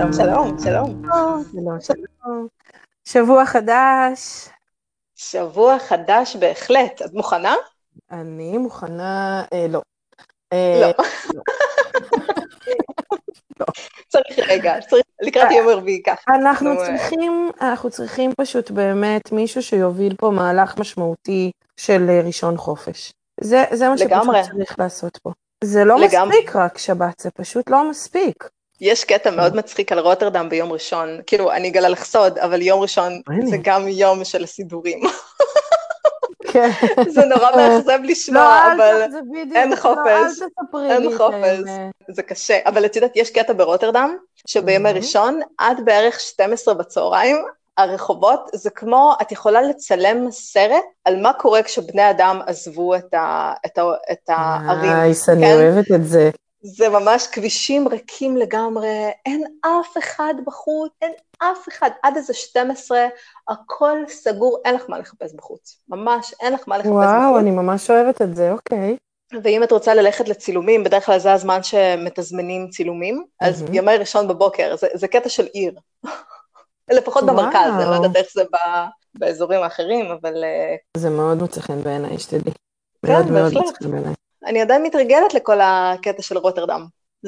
שלום, שלום. שלום, שלום. שבוע חדש. שבוע חדש בהחלט. את מוכנה? אני מוכנה, לא. לא. לא. צריך רגע, צריך לקראת יום רביעי ככה. אנחנו צריכים פשוט באמת מישהו שיוביל פה מהלך משמעותי של ראשון חופש. זה מה שפשוט לגמרי. צריך לעשות פה. זה לא לגמרי. מספיק רק שבת, זה פשוט לא מספיק. יש קטע מאוד מצחיק על רוטרדם ביום ראשון, כאילו אני אגלה לך סוד, אבל יום ראשון זה גם יום של סידורים. כן. זה נורא מאכזב לשמוע, אבל זה בדיוק, אין חופש. אל תספרי אין לי את חופש. האמת. זה קשה, אבל את יודעת, יש קטע ברוטרדם, שבימי ראשון, עד בערך 12 בצהריים, הרחובות זה כמו, את יכולה לצלם סרט על מה קורה כשבני אדם עזבו את הערים. נייס, אני אוהבת את זה. זה ממש כבישים ריקים לגמרי, אין אף אחד בחוץ, אין אף אחד, עד איזה 12, הכל סגור, אין לך מה לחפש בחוץ, ממש אין לך מה לחפש בחוץ. וואו, אני ממש אוהבת את זה, אוקיי. ואם את רוצה ללכת לצילומים, בדרך כלל זה הזמן שמתזמנים צילומים, אז ימי ראשון בבוקר, זה קטע של עיר. לפחות במרכז, אני לא יודעת איך זה באזורים האחרים, אבל... זה מאוד מוצא חן בעיניי, שתדעי. כן, מאוד מאוד מוצא חן בעיניי. אני עדיין מתרגלת לכל הקטע של רוטרדם.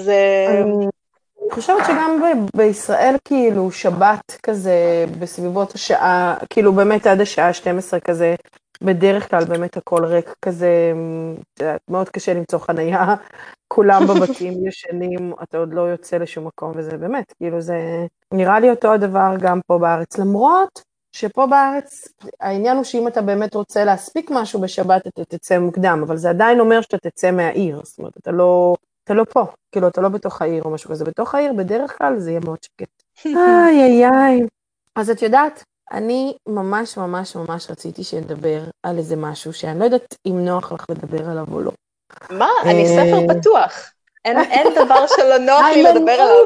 אני חושבת שגם בישראל, כאילו, שבת כזה, בסביבות השעה, כאילו באמת עד השעה 12 כזה, בדרך כלל באמת הכל ריק כזה, מאוד קשה למצוא חנייה, כולם בבתים ישנים, אתה עוד לא יוצא לשום מקום, וזה באמת, כאילו זה נראה לי אותו הדבר גם פה בארץ, למרות שפה בארץ, העניין הוא שאם אתה באמת רוצה להספיק משהו בשבת, אתה תצא מוקדם, אבל זה עדיין אומר שאתה תצא מהעיר, זאת אומרת, אתה לא פה, כאילו אתה לא בתוך העיר או משהו כזה, בתוך העיר בדרך כלל זה יהיה מאוד שקט. איי. אז את יודעת, אני ממש ממש ממש רציתי שנדבר על איזה משהו שאני לא יודעת אם נוח לך לדבר עליו או לא. מה? אני ספר פתוח. אין דבר שלא נוח לי לדבר עליו.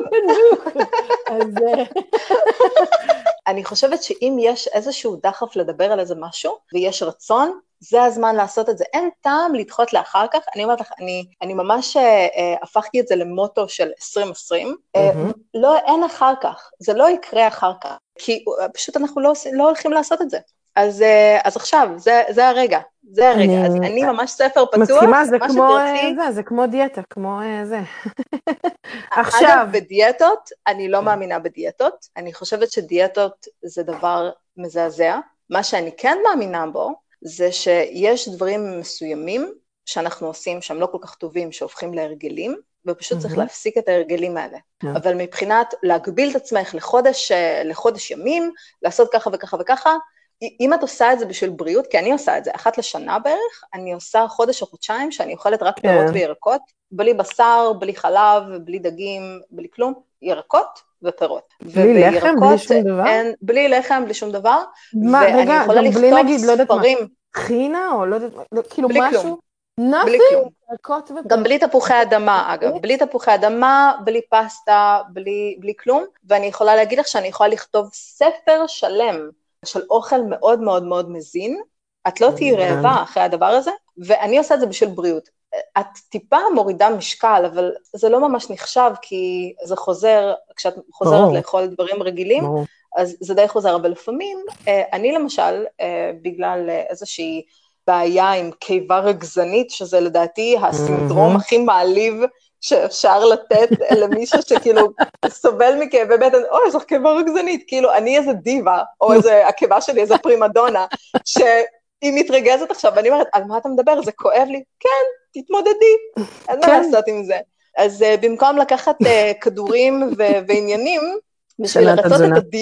אני חושבת שאם יש איזשהו דחף לדבר על איזה משהו, ויש רצון, זה הזמן לעשות את זה. אין טעם לדחות לאחר כך. אני אומרת לך, אני ממש הפכתי את זה למוטו של 2020. לא, אין אחר כך. זה לא יקרה אחר כך. כי פשוט אנחנו לא הולכים לעשות את זה. אז עכשיו, זה הרגע. זה הרגע. אז אני ממש ספר פתוח. מסכימה, זה כמו דיאטה, כמו זה. עכשיו. אגב, בדיאטות, אני לא מאמינה בדיאטות. אני חושבת שדיאטות זה דבר מזעזע. מה שאני כן מאמינה בו, זה שיש דברים מסוימים שאנחנו עושים שהם לא כל כך טובים, שהופכים להרגלים, ופשוט צריך להפסיק את ההרגלים האלה. אבל מבחינת להגביל את עצמך לחודש ימים, לעשות ככה וככה וככה, אם את עושה את זה בשביל בריאות, כי אני עושה את זה, אחת לשנה בערך, אני עושה חודש או חודשיים, שאני אוכלת רק פירות וירקות, בלי בשר, בלי חלב, בלי דגים, בלי כלום, ירקות ופירות. בלי לחם, בלי שום דבר? בלי לחם, בלי שום דבר. רגע, גם בלי נגיד, לא יודעת מה, חינה או לא יודעת, כאילו משהו? בלי כלום. גם בלי תפוחי אדמה, אגב, בלי תפוחי אדמה, בלי פסטה, בלי כלום, ואני יכולה להגיד לך שאני יכולה לכתוב ספר שלם, של אוכל מאוד מאוד מאוד מזין, את לא תהיי רעבה אחרי הדבר הזה, ואני עושה את זה בשביל בריאות. את טיפה מורידה משקל, אבל זה לא ממש נחשב, כי זה חוזר, כשאת חוזרת לאכול דברים רגילים, אז זה די חוזר, אבל לפעמים, אני למשל, בגלל איזושהי בעיה עם קיבה רגזנית, שזה לדעתי הסינדרום הכי מעליב, שאפשר לתת למישהו שכאילו סובל מכאבי בטן, יש לך קיבה רגזנית, כאילו אני איזה דיבה, או הקיבה שלי איזה פרימדונה, שהיא מתרגזת עכשיו, ואני אומרת, על מה אתה מדבר? זה כואב לי? כן, תתמודדי, אין מה לעשות עם זה. אז במקום לקחת כדורים ועניינים, בשביל לרצות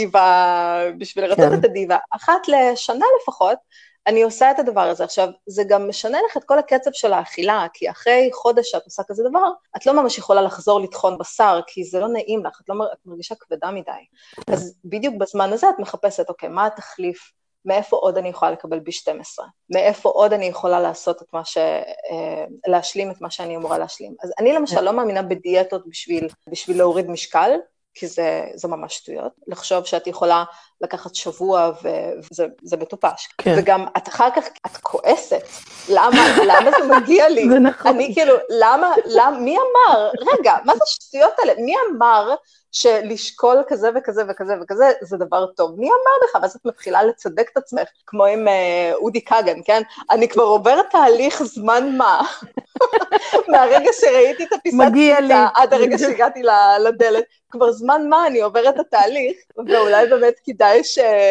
את הדיבה, אחת לשנה לפחות, אני עושה את הדבר הזה. עכשיו, זה גם משנה לך את כל הקצב של האכילה, כי אחרי חודש שאת עושה כזה דבר, את לא ממש יכולה לחזור לטחון בשר, כי זה לא נעים לך, את מרגישה כבדה מדי. אז בדיוק בזמן הזה את מחפשת, אוקיי, מה התחליף? מאיפה עוד אני יכולה לקבל ב-12? מאיפה עוד אני יכולה לעשות את להשלים את מה שאני אמורה להשלים? אז אני למשל לא מאמינה בדיאטות בשביל להוריד משקל, כי זה ממש שטויות, לחשוב שאת יכולה לקחת שבוע וזה מטופש, וגם את אחר כך, את כועסת, למה זה מגיע לי? זה נכון. אני כאילו, למה, מי אמר? רגע, מה זה השטויות האלה? מי אמר שלשקול כזה וכזה וכזה וכזה, זה דבר טוב? מי אמר לך? ואז את מתחילה לצדק את עצמך, כמו עם אודי קאגן, כן? אני כבר עוברת תהליך זמן מה, מהרגע שראיתי את הפיסת פיצה, עד הרגע שהגעתי לדלת, כבר זמן מה אני עוברת את התהליך, ואולי באמת כדאי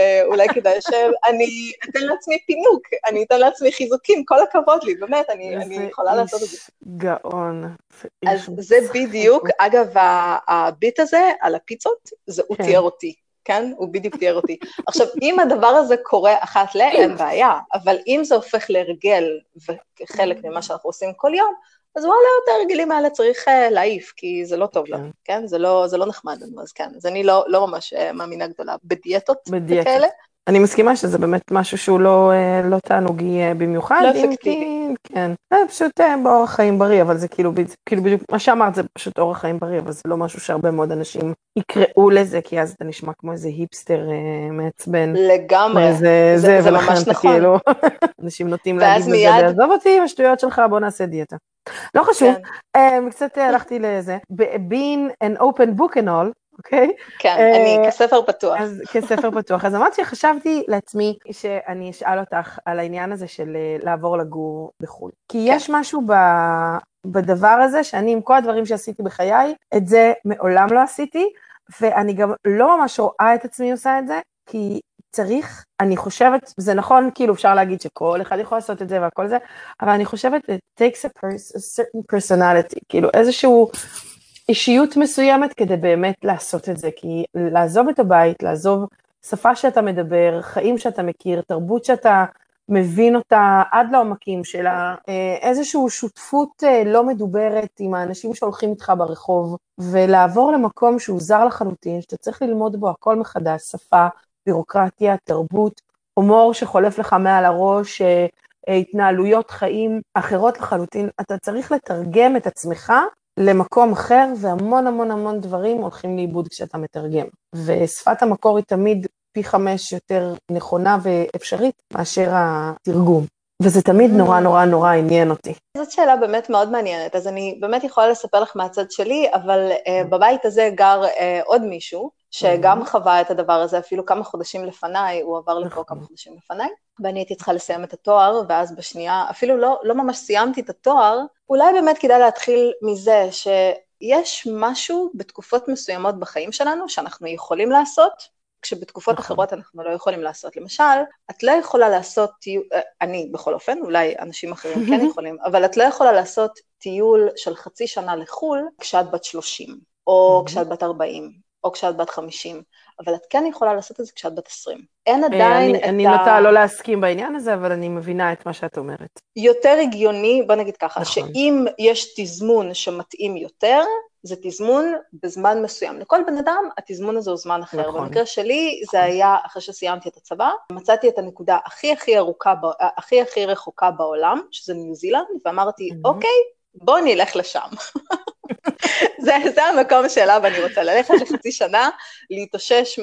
שאני אתן לעצמי פינוק, אני אתן לעצמי חיזוקים, כל הכבוד לי, באמת, אני יכולה לעשות את זה. גאון. אז זה בדיוק, אגב, הביט הזה על הפיצות, הוא תיאר אותי, כן? הוא בדיוק תיאר אותי. עכשיו, אם הדבר הזה קורה אחת אין בעיה, אבל אם זה הופך להרגל, וחלק ממה שאנחנו עושים כל יום, אז וואלה, את ההרגלים האלה צריך להעיף, כי זה לא טוב לנו, כן? זה לא נחמד לנו, אז כן. אז אני לא ממש מאמינה גדולה בדיאטות כאלה. אני מסכימה שזה באמת משהו שהוא לא תענוגי במיוחד. לא אפקטיבי. כן, זה פשוט באורח חיים בריא, אבל זה כאילו בדיוק, מה שאמרת זה פשוט אורח חיים בריא, אבל זה לא משהו שהרבה מאוד אנשים יקראו לזה, כי אז אתה נשמע כמו איזה היפסטר מעצבן. לגמרי, זה ממש נכון. כאילו, אנשים נוטים להגיד בזה, עזוב אותי עם השטויות שלך, בוא נעשה דיאטה. לא חשוב, קצת הלכתי לזה, being an open book and all, אוקיי? כן, אני כספר פתוח. אז כספר פתוח. אז אמרתי שחשבתי לעצמי שאני אשאל אותך על העניין הזה של לעבור לגור בחו"ל. כי יש משהו בדבר הזה שאני עם כל הדברים שעשיתי בחיי, את זה מעולם לא עשיתי, ואני גם לא ממש רואה את עצמי עושה את זה, כי צריך, אני חושבת, זה נכון, כאילו אפשר להגיד שכל אחד יכול לעשות את זה והכל זה, אבל אני חושבת, it takes a certain personality, כאילו איזשהו אישיות מסוימת כדי באמת לעשות את זה, כי לעזוב את הבית, לעזוב שפה שאתה מדבר, חיים שאתה מכיר, תרבות שאתה מבין אותה עד לעומקים שלה, איזושהי שותפות לא מדוברת עם האנשים שהולכים איתך ברחוב, ולעבור למקום שהוא זר לחלוטין, שאתה צריך ללמוד בו הכל מחדש, שפה, בירוקרטיה, תרבות, הומור שחולף לך מעל הראש, התנהלויות חיים אחרות לחלוטין, אתה צריך לתרגם את עצמך למקום אחר, והמון המון המון דברים הולכים לאיבוד כשאתה מתרגם. ושפת המקור היא תמיד פי 5 יותר נכונה ואפשרית מאשר התרגום. וזה תמיד נורא נורא נורא עניין אותי. זאת שאלה באמת מאוד מעניינת, אז אני באמת יכולה לספר לך מהצד שלי, אבל בבית הזה גר עוד מישהו, שגם חווה את הדבר הזה, אפילו כמה חודשים לפניי, הוא עבר לפה כמה חודשים לפניי, ואני הייתי צריכה לסיים את התואר, ואז בשנייה, אפילו לא ממש סיימתי את התואר, אולי באמת כדאי להתחיל מזה שיש משהו בתקופות מסוימות בחיים שלנו, שאנחנו יכולים לעשות, כשבתקופות אחרות אנחנו לא יכולים לעשות. למשל, את לא יכולה לעשות, אני בכל אופן, אולי אנשים אחרים כן יכולים, אבל את לא יכולה לעשות טיול של חצי שנה לחול כשאת בת 30, או כשאת בת 40, או כשאת בת 50, אבל את כן יכולה לעשות את זה כשאת בת 20. אין עדיין אני נוטה לא להסכים בעניין הזה, אבל אני מבינה את מה שאת אומרת. יותר הגיוני, בוא נגיד ככה, שאם יש תזמון שמתאים יותר, זה תזמון בזמן מסוים. לכל בן אדם, התזמון הזה הוא זמן אחר. במקרה שלי, זה היה אחרי שסיימתי את הצבא, מצאתי את הנקודה הכי רחוקה בעולם, שזה ניו זילנד, ואמרתי, אוקיי, בוא נלך לשם. זה המקום שאליו אני רוצה ללכת לחצי שנה, להתאושש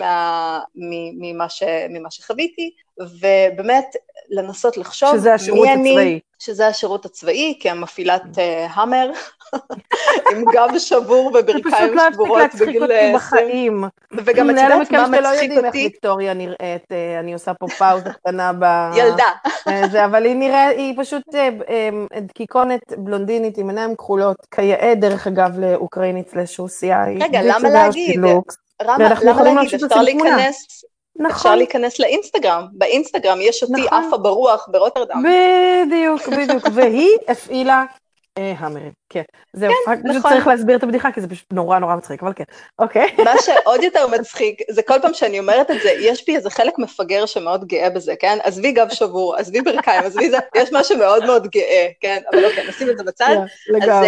ממה שחוויתי, ובאמת לנסות לחשוב שזה השירות הצבאי. שזה השירות הצבאי, כי המפעילת המר, עם גב שבור וברכיים שבורות בגיל 20. וגם את יודעת מה מצחיק אותי? לא יודעים איך ויקטוריה נראית, אני עושה פה פאוזה קטנה ילדה. אבל היא נראית, היא פשוט דקיקונת בלונדינית עם עיניים כחולות, כיאה דרך אגב לאוקראינית לרוסיה. רגע, למה להגיד? אפשר להיכנס לאינסטגרם, באינסטגרם יש אותי אפה ברוח ברוטרדם. בדיוק, והיא הפעילה המרים, כן. זהו, פשוט צריך להסביר את הבדיחה, כי זה פשוט נורא נורא מצחיק, אבל כן, אוקיי. מה שעוד יותר מצחיק, זה כל פעם שאני אומרת את זה, יש בי איזה חלק מפגר שמאוד גאה בזה, כן? עזבי גב שבור, עזבי ברכיים, עזבי זה, יש משהו מאוד מאוד גאה, כן? אבל אוקיי, נשים את זה בצד. אז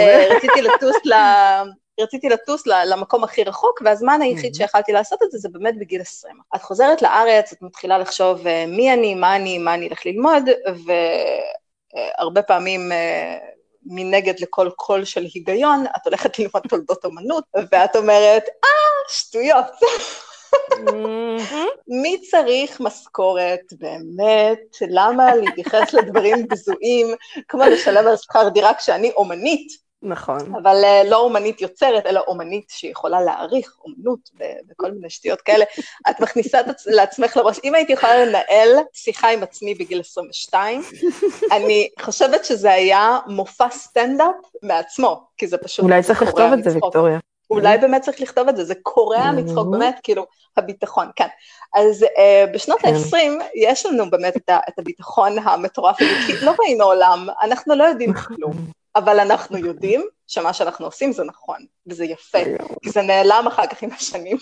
רציתי לטוס למקום הכי רחוק, והזמן היחיד שיכלתי לעשות את זה, זה באמת בגיל 20. את חוזרת לארץ, את מתחילה לחשוב מי אני, מה אני הולך ללמוד, והרבה פעמים מנגד לכל קול של היגיון, את הולכת ללמוד תולדות אומנות, ואת אומרת, שטויות. מי צריך משכורת באמת? למה להתייחס לדברים בזויים, כמו לשלם על שכר דירה כשאני אומנית, נכון. אבל לא אומנית יוצרת, אלא אומנית שיכולה להעריך אומנות וכל מיני שטויות כאלה. את מכניסה לעצמך לראש, אם הייתי יכולה לנהל שיחה עם עצמי בגיל 22, אני חושבת שזה היה מופע סטנדאפ מעצמו, כי זה פשוט אולי צריך לכתוב את זה, ויקטוריה. אולי באמת צריך לכתוב את זה, זה קורע מצחוק, באמת, כאילו, הביטחון, כן. אז בשנות ה-20 יש לנו באמת את הביטחון המטורף הזה, כי לא ראינו עולם, אנחנו לא יודעים כלום, אבל אנחנו יודעים שמה שאנחנו עושים זה נכון, וזה יפה, כי זה נעלם אחר כך עם השנים.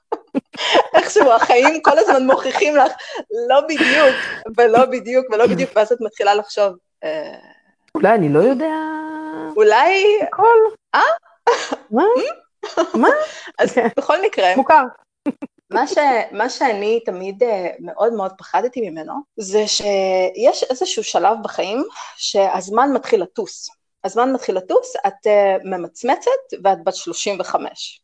איכשהו החיים כל הזמן מוכיחים לך, לא בדיוק, ולא בדיוק, ולא בדיוק, ואז את מתחילה לחשוב, אולי אני לא יודע... אולי... הכל. מה? מה? אז בכל מקרה... מוכר. מה שאני תמיד מאוד מאוד פחדתי ממנו, זה שיש איזשהו שלב בחיים שהזמן מתחיל לטוס. הזמן מתחיל לטוס, את ממצמצת ואת בת 35.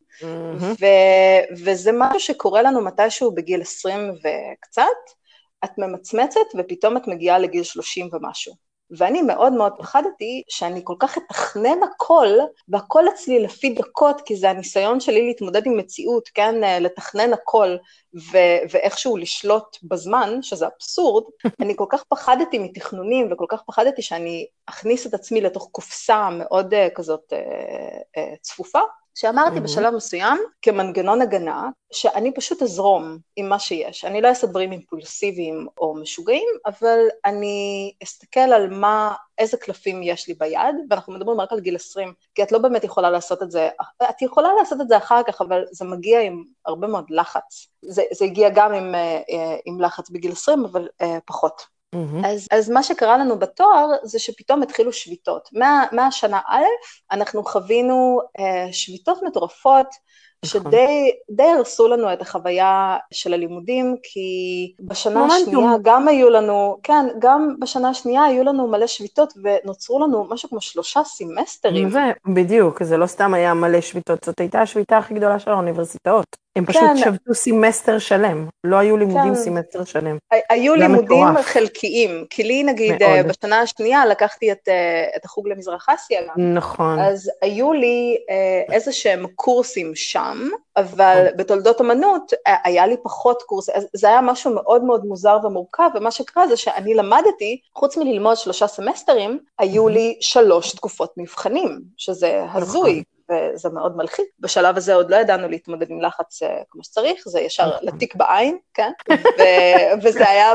וזה משהו שקורה לנו מתישהו בגיל 20 וקצת, את ממצמצת ופתאום את מגיעה לגיל 30 ומשהו. ואני מאוד מאוד פחדתי שאני כל כך אתכנן הכל, והכל אצלי לפי דקות, כי זה הניסיון שלי להתמודד עם מציאות, כן, לתכנן הכל, ואיכשהו לשלוט בזמן, שזה אבסורד, אני כל כך פחדתי מתכנונים, וכל כך פחדתי שאני אכניס את עצמי לתוך קופסה מאוד כזאת צפופה, שאמרתי בשלב מסוים, כמנגנון הגנה, שאני פשוט אזרום עם מה שיש. אני לא אעשה דברים אימפולסיביים או משוגעים, אבל אני אסתכל על איזה קלפים יש לי ביד, ואנחנו מדברים רק על גיל 20, כי את לא באמת יכולה לעשות את זה, את יכולה לעשות את זה אחר כך, אבל זה מגיע עם הרבה מאוד לחץ. זה הגיע גם עם לחץ בגיל 20, אבל פחות. אז מה שקרה לנו בתואר זה שפתאום התחילו שביתות. מהשנה א' אנחנו חווינו שביתות מטורפות, שדי הרסו לנו את החוויה של הלימודים, כי בשנה השנייה גם היו לנו, כן, גם בשנה השנייה היו לנו מלא שביתות, ונוצרו לנו משהו כמו 3 סמסטרים. בדיוק, זה לא סתם היה מלא שביתות, זאת הייתה השביתה הכי גדולה של האוניברסיטאות. הם פשוט שבתו סמסטר שלם, לא היו לימודים סמסטר שלם. היו לימודים חלקיים, כי לי נגיד בשנה השנייה לקחתי את החוג למזרח אסיה גם. נכון. אז היו לי איזה שהם קורסים שם, אבל בתולדות אמנות היה לי פחות קורס, זה היה משהו מאוד מאוד מוזר ומורכב, ומה שקרה זה שאני למדתי, חוץ מללמוד 3 סמסטרים, היו לי 3 תקופות מבחנים, שזה הזוי. וזה מאוד מלחיץ. בשלב הזה עוד לא ידענו להתמודד עם לחץ כמו שצריך, זה ישר לתיק בעין, כן? וזה היה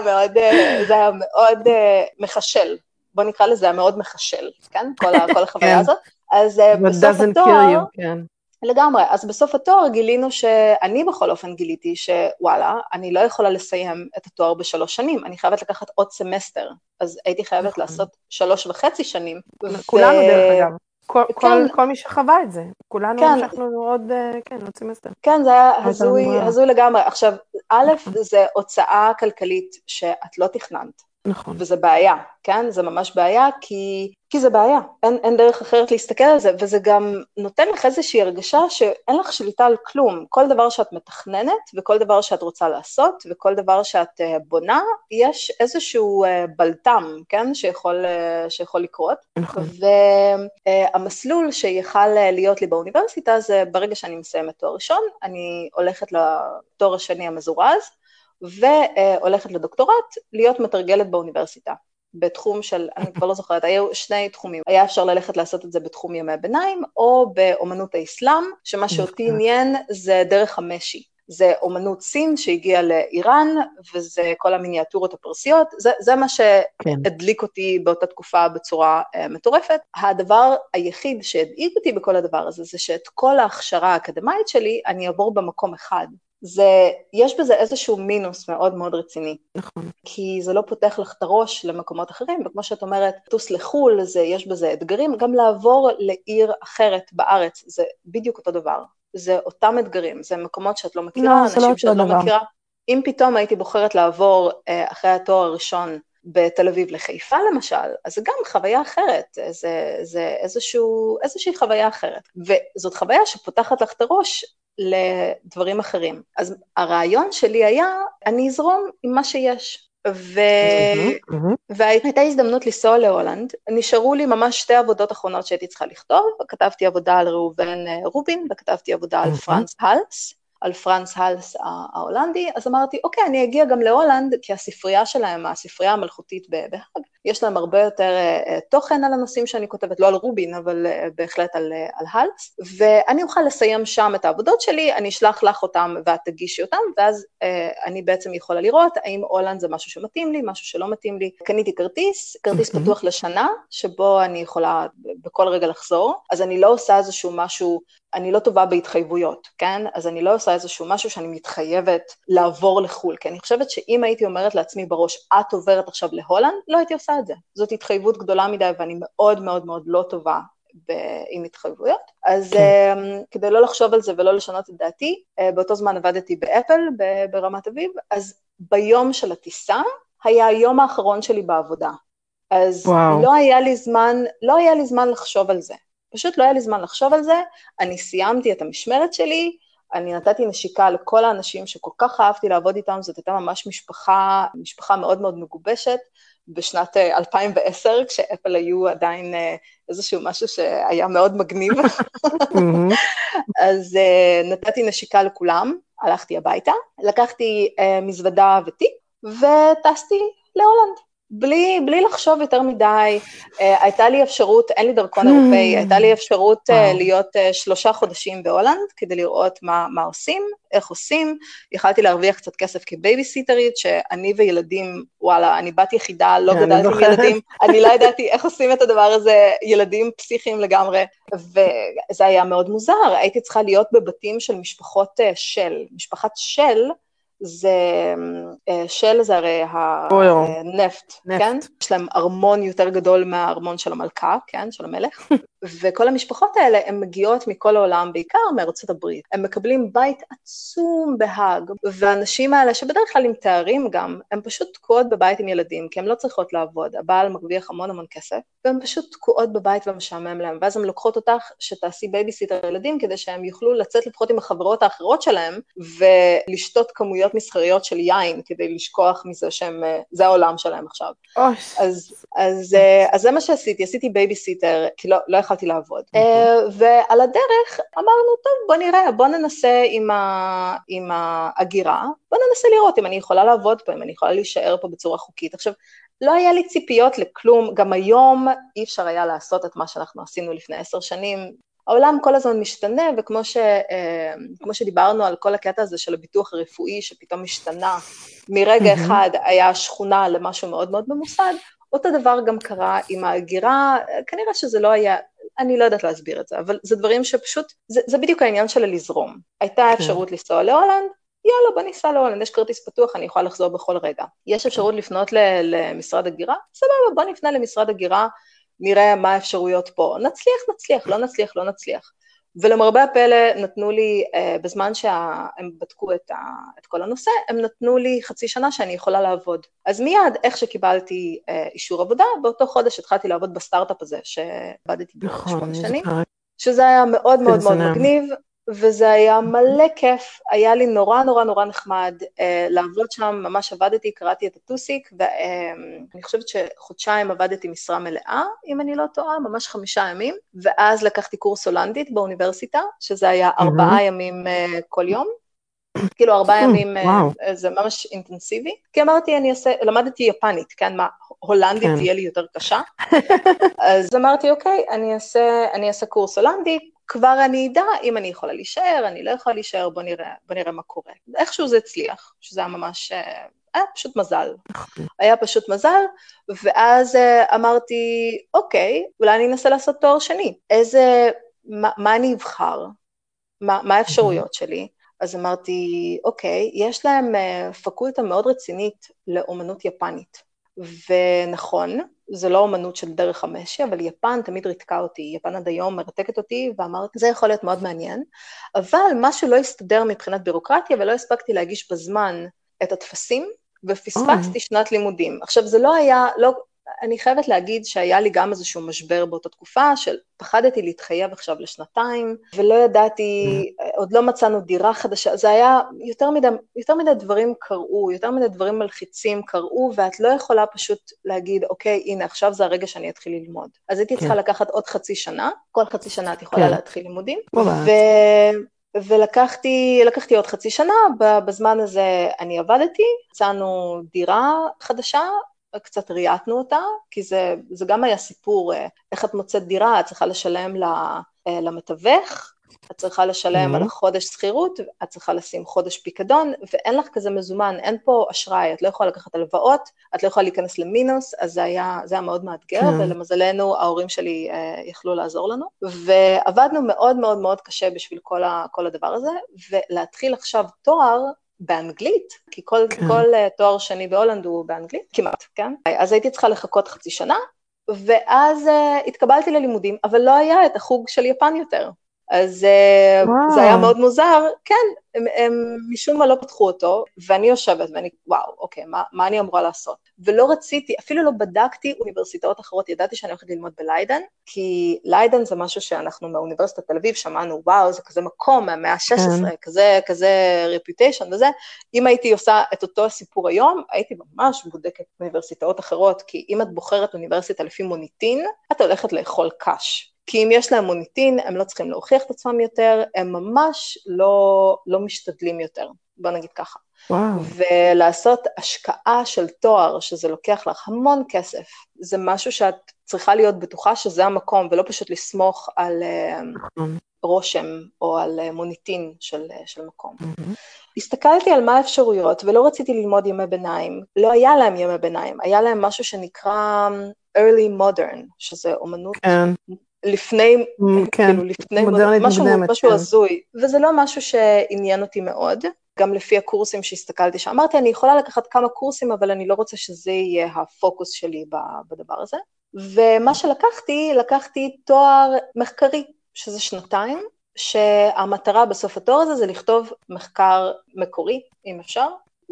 מאוד מחשל. בוא נקרא לזה, היה מאוד מחשל, כן? כל החוויה הזאת. אז בסוף התואר, לגמרי, אז בסוף התואר גילינו שאני בכל אופן גיליתי שוואלה, אני לא יכולה לסיים את התואר ב3 שנים, אני חייבת לקחת עוד סמסטר, אז הייתי חייבת לעשות 3.5 שנים. כולנו דרך אגב. כל מי שחווה את זה, כולנו המשכנו עוד סמסטר. כן, זה היה הזוי לגמרי. עכשיו, א', זה הוצאה כלכלית שאת לא תכננת. נכון. וזה בעיה, כן? זה ממש בעיה, כי זה בעיה. אין דרך אחרת להסתכל על זה, וזה גם נותן לך איזושהי הרגשה שאין לך שליטה על כלום. כל דבר שאת מתכננת, וכל דבר שאת רוצה לעשות, וכל דבר שאת בונה, יש איזשהו בלטם, כן? שיכול לקרות. נכון. והמסלול שיכל להיות לי באוניברסיטה, זה ברגע שאני מסיימת תואר ראשון, אני הולכת לתואר השני המזורז, והולכת לדוקטורט, להיות מתרגלת באוניברסיטה, בתחום של, אני כבר לא זוכרת, היו 2 תחומים, היה אפשר ללכת לעשות את זה בתחום ימי ביניים, או באומנות האסלאם, שמה שאותי עניין זה דרך המשי, זה אומנות סין שהגיעה לאיראן, וזה כל המיניאטורות הפרסיות, זה מה שהדליק אותי באותה תקופה בצורה מטורפת. הדבר היחיד שהדאיג אותי בכל הדבר הזה, זה שאת כל ההכשרה האקדמית שלי, אני אעבור במקום אחד, יש בזה איזשהו מינוס מאוד מאוד רציני. נכון. כי זה לא פותח לך את הראש למקומות אחרים, וכמו שאת אומרת, טוס לחול, יש בזה אתגרים, גם לעבור לעיר אחרת בארץ, זה בדיוק אותו דבר. זה אותם אתגרים, זה מקומות שאת לא מכירה, אנשים שאת לא מכירה. אם פתאום הייתי בוחרת לעבור אחרי התואר הראשון בתל אביב לחיפה למשל, אז זה גם חוויה אחרת, זה איזושהי חוויה אחרת. וזאת חוויה שפותחת לך את הראש, לדברים אחרים. אז הרעיון שלי היה, אני אזרום עם מה שיש. והייתה הזדמנות לנסוע להולנד, נשארו לי ממש 2 עבודות אחרונות שהייתי צריכה לכתוב, כתבתי עבודה על ראובן רובין, וכתבתי עבודה על פרנס הלס, ההולנדי, אז אמרתי, אוקיי, אני אגיע גם להולנד, כי הספרייה שלהם, הספרייה המלכותית בהאג, יש להם הרבה יותר תוכן על הנושאים שאני כותבת, לא על רובין, אבל בהחלט על הלס, ואני אוכל לסיים שם את העבודות שלי, אני אשלח לך אותם ואת תגישי אותם, ואז אני בעצם יכולה לראות האם הולנד זה משהו שמתאים לי, משהו שלא מתאים לי. קניתי כרטיס פתוח לשנה, שבו אני יכולה בכל רגע לחזור, אז אני לא עושה איזשהו משהו, אני לא טובה בהתחייבויות, כן? אז אני לא עושה איזשהו משהו שאני מתחייבת לעבור לחול, כי אני חושבת שאם הייתי אומרת לעצמי בראש, את עוברת עכשיו להולנד, לא הייתי עושה את זה. זאת התחייבות גדולה מדי, ואני מאוד מאוד מאוד לא טובה עם התחייבויות. אז כדי לא לחשוב על זה ולא לשנות את דעתי, באותו זמן עבדתי באפל, ברמת אביב, אז ביום של הטיסה, היה היום האחרון שלי בעבודה. אז לא היה לי זמן לחשוב על זה. פשוט לא היה לי זמן לחשוב על זה, אני סיימתי את המשמרת שלי, אני נתתי נשיקה לכל האנשים שכל כך אהבתי לעבוד איתם, זאת הייתה ממש משפחה מאוד מאוד מגובשת, בשנת 2010, כשאפל היו עדיין איזשהו משהו שהיה מאוד מגניב, אז נתתי נשיקה לכולם, הלכתי הביתה, לקחתי מזוודה ותיק, וטסתי להולנד. בלי לחשוב יותר מדי, הייתה לי אפשרות, אין לי דרכון אירופאי, הייתה לי אפשרות להיות 3 חודשים בהולנד, כדי לראות מה עושים, איך עושים, יכלתי להרוויח קצת כסף כבייביסיטרית, שאני וילדים, וואלה, אני בת יחידה, לא גדלתי עם ילדים, אני לא ידעתי איך עושים את הדבר הזה, ילדים פסיכיים לגמרי, וזה היה מאוד מוזר, הייתי צריכה להיות בבתים של משפחות משפחת של זה הרי הנפט, כן? יש להם ארמון יותר גדול מהארמון של המלכה, כן? של המלך. וכל המשפחות האלה, הן מגיעות מכל העולם, בעיקר מארצות הברית. הם מקבלים בית עצום בהאג, והאנשים האלה, שבדרך כלל עם תארים גם, הם פשוט תקועות בבית עם ילדים, כי הם לא צריכות לעבוד. הבעל מרוויח המון כסף, והם פשוט תקועות בבית ומשעמם להם. ואז הם לוקחות אותך שתעשי בייביסיטר ילדים, כדי שהם יוכלו לצאת לפחות עם החברות האחרות שלהם, ולשתות כמויות מסחריות של יין, כדי לשכוח מזה שהם, זה העולם שלהם עכשיו. אז זה מה שעשיתי, עשיתי בייביסיטר, כי לא יכלתי לעבוד. ועל הדרך אמרנו, טוב, בוא נראה, בוא ננסה עם ההגירה, בוא ננסה לראות אם אני יכולה לעבוד פה, אם אני יכולה להישאר פה בצורה חוקית. עכשיו, לא היה לי ציפיות לכלום, גם היום אי אפשר היה לעשות את מה שאנחנו עשינו לפני 10 שנים, העולם כל הזמן משתנה, וכמו שדיברנו על כל הקטע הזה של הביטוח הרפואי, שפתאום משתנה, מרגע אחד היה שכונה למשהו מאוד מאוד ממוסד, אותו דבר גם קרה עם ההגירה, כנראה שזה לא היה, אני לא יודעת להסביר את זה, אבל זה דברים שפשוט, זה בדיוק העניין של לזרום. הייתה אפשרות לנסוע להולנד, יאללה, בוא ניסע להולנד, יש כרטיס פתוח, אני יכולה לחזור בכל רגע. יש אפשרות לפנות למשרד הגירה, סבבה, בוא נפנה למשרד הגירה, נראה מה האפשרויות פה, נצליח, לא נצליח. ולמרבה הפלא נתנו לי, בזמן שהם בדקו את כל הנושא, הם נתנו לי 0.5 שנה שאני יכולה לעבוד. אז מיד, איך שקיבלתי אישור עבודה, באותו חודש התחלתי לעבוד בסטארט-אפ הזה, שעבדתי בו 8 שנים, שזה היה מאוד מאוד מאוד מגניב, וזה היה מלא כיף, היה לי נורא נחמד לעבוד שם, ממש עבדתי, קראתי את הטוסיק, ואני חושבת שחודשיים עבדתי משרה מלאה, אם אני לא טועה, ממש 5 ימים, ואז לקחתי קורס הולנדית באוניברסיטה, שזה היה 4 ימים כל יום, כאילו 4 ימים, זה ממש אינטנסיבי, כי אמרתי, למדתי יפנית, כן, מה, הולנדית תהיה לי יותר קשה, אז אמרתי, אוקיי, אני אעשה קורס הולנדי, כבר אני אדע אם אני יכולה להישאר, אני לא יכולה להישאר, בוא נראה מה קורה. איכשהו זה הצליח, שזה היה ממש, היה פשוט מזל. היה פשוט מזל, ואז אמרתי, אוקיי, אולי אני אנסה לעשות תואר שני. מה אני אבחר? מה האפשרויות שלי? אז אמרתי, אוקיי, יש להם פקולטה מאוד רצינית לאומנות יפנית. ונכון, זה לא אומנות של דרך המשי, אבל יפן תמיד ריתקה אותי, יפן עד היום מרתקת אותי, ואמרתי, זה יכול להיות מאוד מעניין, אבל משהו לא הסתדר מבחינת בירוקרטיה, ולא הספקתי להגיש בזמן את התפסים, ופספסתי שנת לימודים. עכשיו, זה לא היה, אני חייבת להגיד שהיה לי גם איזשהו משבר באותה תקופה, של פחדתי להתחייב עכשיו לשנתיים, ולא ידעתי, עוד לא מצאנו דירה חדשה, זה היה יותר מדי דברים קראו, יותר מדי דברים מלחיצים קראו, ואת לא יכולה פשוט להגיד, אוקיי, הנה, עכשיו זה הרגע שאני אתחיל ללמוד. אז הייתי צריכה לקחת עוד חצי שנה, כל חצי שנה את יכולה להתחיל לימודים, ולקחתי עוד חצי שנה, בזמן הזה אני עבדתי, מצאנו דירה חדשה, קצת ריאטנו אותה, כי זה גם היה סיפור, איך את מוצאת דירה, את צריכה לשלם למתווך, את צריכה לשלם על חודש שכירות, את צריכה לשים חודש פיקדון, ואין לך כזה מזומן, אין פה אשראי, את לא יכולה לקחת הלוואות, את לא יכולה להיכנס למינוס, אז זה היה מאוד מאתגר, ולמזלנו ההורים שלי יכלו לעזור לנו, ועבדנו מאוד מאוד מאוד קשה בשביל כל הדבר הזה, ולהתחיל עכשיו תואר, באנגלית, כי כל תואר שני בהולנד הוא באנגלית, כמעט, כן? אז הייתי צריכה לחכות חצי שנה, ואז התקבלתי ללימודים, אבל לא היה את החוג של יפן יותר. אז זה היה מאוד מוזר, כן, הם משום מה לא פתחו אותו, ואני יושבת ואני, וואו, אוקיי, מה אני אמורה לעשות? ולא רציתי, אפילו לא בדקתי אוניברסיטאות אחרות, ידעתי שאני הולכת ללמוד בליידן, כי ליידן זה משהו שאנחנו מאוניברסיטת תל אביב שמענו, וואו, זה כזה מקום מהמאה ה-16, כזה reputation וזה, אם הייתי עושה את אותו סיפור היום, הייתי ממש בודקת אוניברסיטאות אחרות, כי אם את בוחרת אוניברסיטה לפי מוניטין, את הולכת לאכול קש. כי אם יש להם מוניטין, הם לא צריכים להוכיח את עצמם יותר, הם ממש לא משתדלים יותר, בוא נגיד ככה. ולעשות השקעה של תואר, שזה לוקח לך המון כסף, זה משהו שאת צריכה להיות בטוחה שזה המקום, ולא פשוט לסמוך על רושם או על מוניטין של מקום. הסתכלתי על מה האפשרויות, ולא רציתי ללמוד ימי ביניים, לא היה להם ימי ביניים, היה להם משהו שנקרא early modern, שזה אומנות לפני, כאילו לפני, משהו הזוי, וזה לא משהו שעניין אותי מאוד, גם לפי הקורסים שהסתכלתי שאמרתי, אני יכולה לקחת כמה קורסים, אבל אני לא רוצה שזה יהיה הפוקוס שלי בדבר הזה, ומה לקחתי תואר מחקרי, שזה 2 שהמטרה בסוף התואר הזה זה לכתוב מחקר מקורי, אם אפשר,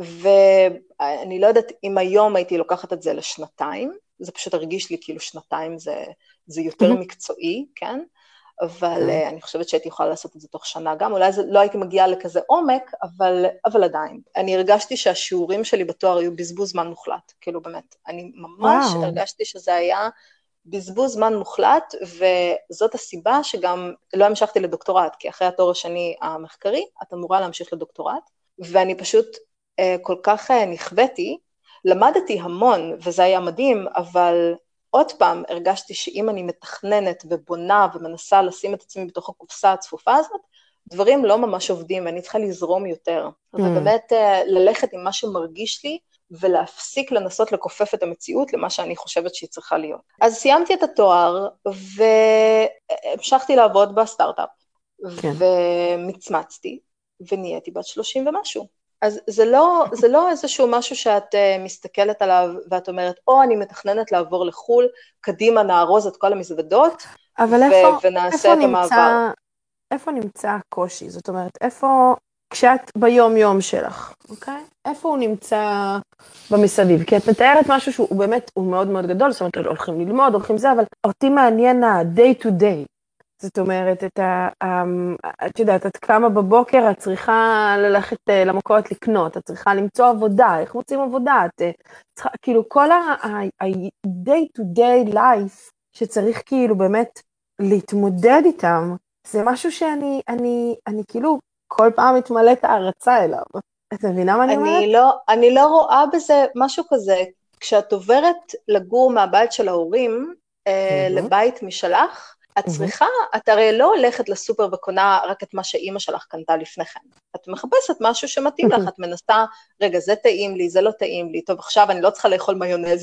ואני לא יודעת אם היום הייתי לוקחת את זה ל2, זה פשוט הרגיש לי כאילו 2 זה יותר מקצועי, כן? אבל אני חושבת שהייתי יכולה לעשות את זה תוך שנה גם, אולי לא הייתי מגיעה לכזה עומק, אבל עדיין. אני הרגשתי שהשיעורים שלי בתואר היו בזבוז זמן מוחלט, כאילו באמת, אני ממש הרגשתי שזה היה בזבוז זמן מוחלט, וזאת הסיבה שגם לא המשכתי לדוקטורט, כי אחרי התואר השני המחקרי, את אמורה להמשיך לדוקטורט, ואני פשוט כל כך נכוויתי, למדתי המון, וזה היה מדהים, אבל עוד פעם הרגשתי שאם אני מתכננת ובונה ומנסה לשים את עצמי בתוך הקופסה הצפופה הזאת, דברים לא ממש עובדים, ואני צריכה לזרום יותר. ובאמת ללכת עם מה שמרגיש לי, ולהפסיק לנסות לקופף את המציאות למה שאני חושבת שהיא צריכה להיות. אז סיימתי את התואר, והמשכתי לעבוד בסטארט-אפ, ומצמצתי, ונהייתי בת 30 ומשהו. אז זה לא איזשהו משהו שאת מסתכלת עליו, ואת אומרת, אני מתכננת לעבור לחול, קדימה נארוז את כל המזוודות, ונעשה את המעבר. איפה נמצא הקושי? זאת אומרת, כשאת ביום-יום שלך, אוקיי? איפה הוא נמצא במסביב? כי את מתארת משהו שהוא באמת, הוא מאוד מאוד גדול, זאת אומרת, הולכים ללמוד, הולכים זה, אבל אותי מעניין ה-day to day. זאת אומרת, את יודעת, את קמה בבוקר, את צריכה ללכת למקורות לקנות, את צריכה למצוא עבודה, איך מוצאים עבודה, כאילו כל ה-day to day life שצריך כאילו באמת להתמודד איתם, זה משהו שאני כאילו כל פעם מתמלאת הערצה אליו. את מבינה מה אני אומרת? אני לא רואה בזה משהו כזה, כשאת עוברת לגור מהבית של ההורים לבית משלך, את הרי לא הולכת לסופר וקונה רק את מה שאימא שלך קנתה לפני כן. את מחפשת משהו שמתאים לך, את מנסה, רגע, זה טעים לי, זה לא טעים לי, טוב, עכשיו אני לא צריכה לאכול מיונז.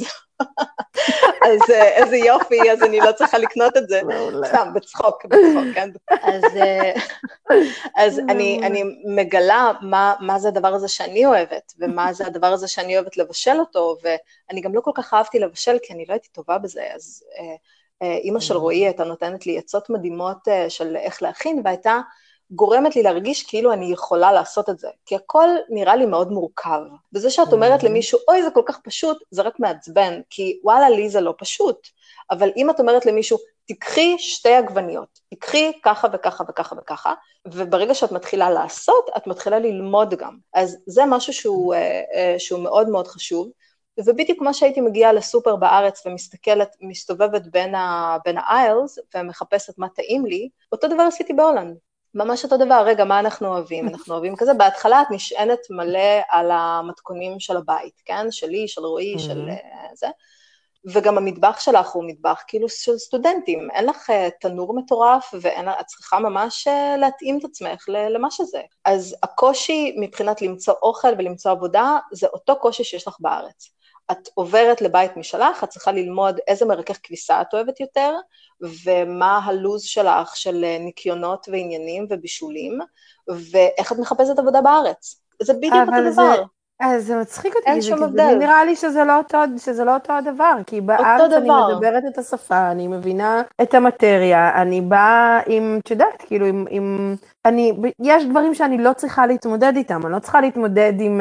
אז איזה יופי, אז אני לא צריכה לקנות את זה. סתם, בצחוק, כן? אז אני מגלה מה זה הדבר הזה שאני אוהבת, ומה זה הדבר הזה שאני אוהבת לבשל אותו, ואני גם לא כל כך אהבתי לבשל, כי אני לא הייתי טובה בזה, אז אמא של רועי הייתה נותנת לי עצות מדהימות של איך להכין, והייתה גורמת לי להרגיש כאילו אני יכולה לעשות את זה, כי הכל נראה לי מאוד מורכב. וזה שאת אומרת למישהו, אוי, זה כל כך פשוט, זה רק מעצבן, כי וואלה, לי זה לא פשוט. אבל אם את אומרת למישהו, תקחי 2 עגבניות, תקחי ככה וככה וככה וככה, וברגע שאת מתחילה לעשות, את מתחילה ללמוד גם. אז זה משהו שהוא מאוד מאוד חשוב, ובדיוק כמו שהייתי מגיעה לסופר בארץ ומסתכלת, מסתובבת בין האיילס ומחפשת מה טעים לי, אותו דבר עשיתי בהולנד. ממש אותו דבר, רגע, מה אנחנו אוהבים? אנחנו אוהבים כזה, בהתחלה את נשענת מלא על המתכונים של הבית, כן? שלי, של רועי, של זה. וגם המטבח שלך הוא מטבח כאילו של סטודנטים, אין לך תנור מטורף, ואת צריכה ממש להתאים את עצמך למה שזה. אז הקושי מבחינת למצוא אוכל ולמצוא עבודה, זה אותו קושי שיש לך בארץ. את עוברת לבית משלך, את צריכה ללמוד איזה מרכך כביסה את אוהבת יותר, ומה הלוז שלך של ניקיונות ועניינים ובישולים, ואיך את מחפשת עבודה בארץ. זה בדיוק אותו דבר. אז זה מצחיק אותי, אין שום הבדל. נראה לי שזה לא אותו הדבר, כי בארץ אני מדברת את השפה, אני מבינה את המטריה, אני באה עם, תדעת, כאילו, יש דברים שאני לא צריכה להתמודד איתם, אני לא צריכה להתמודד עם,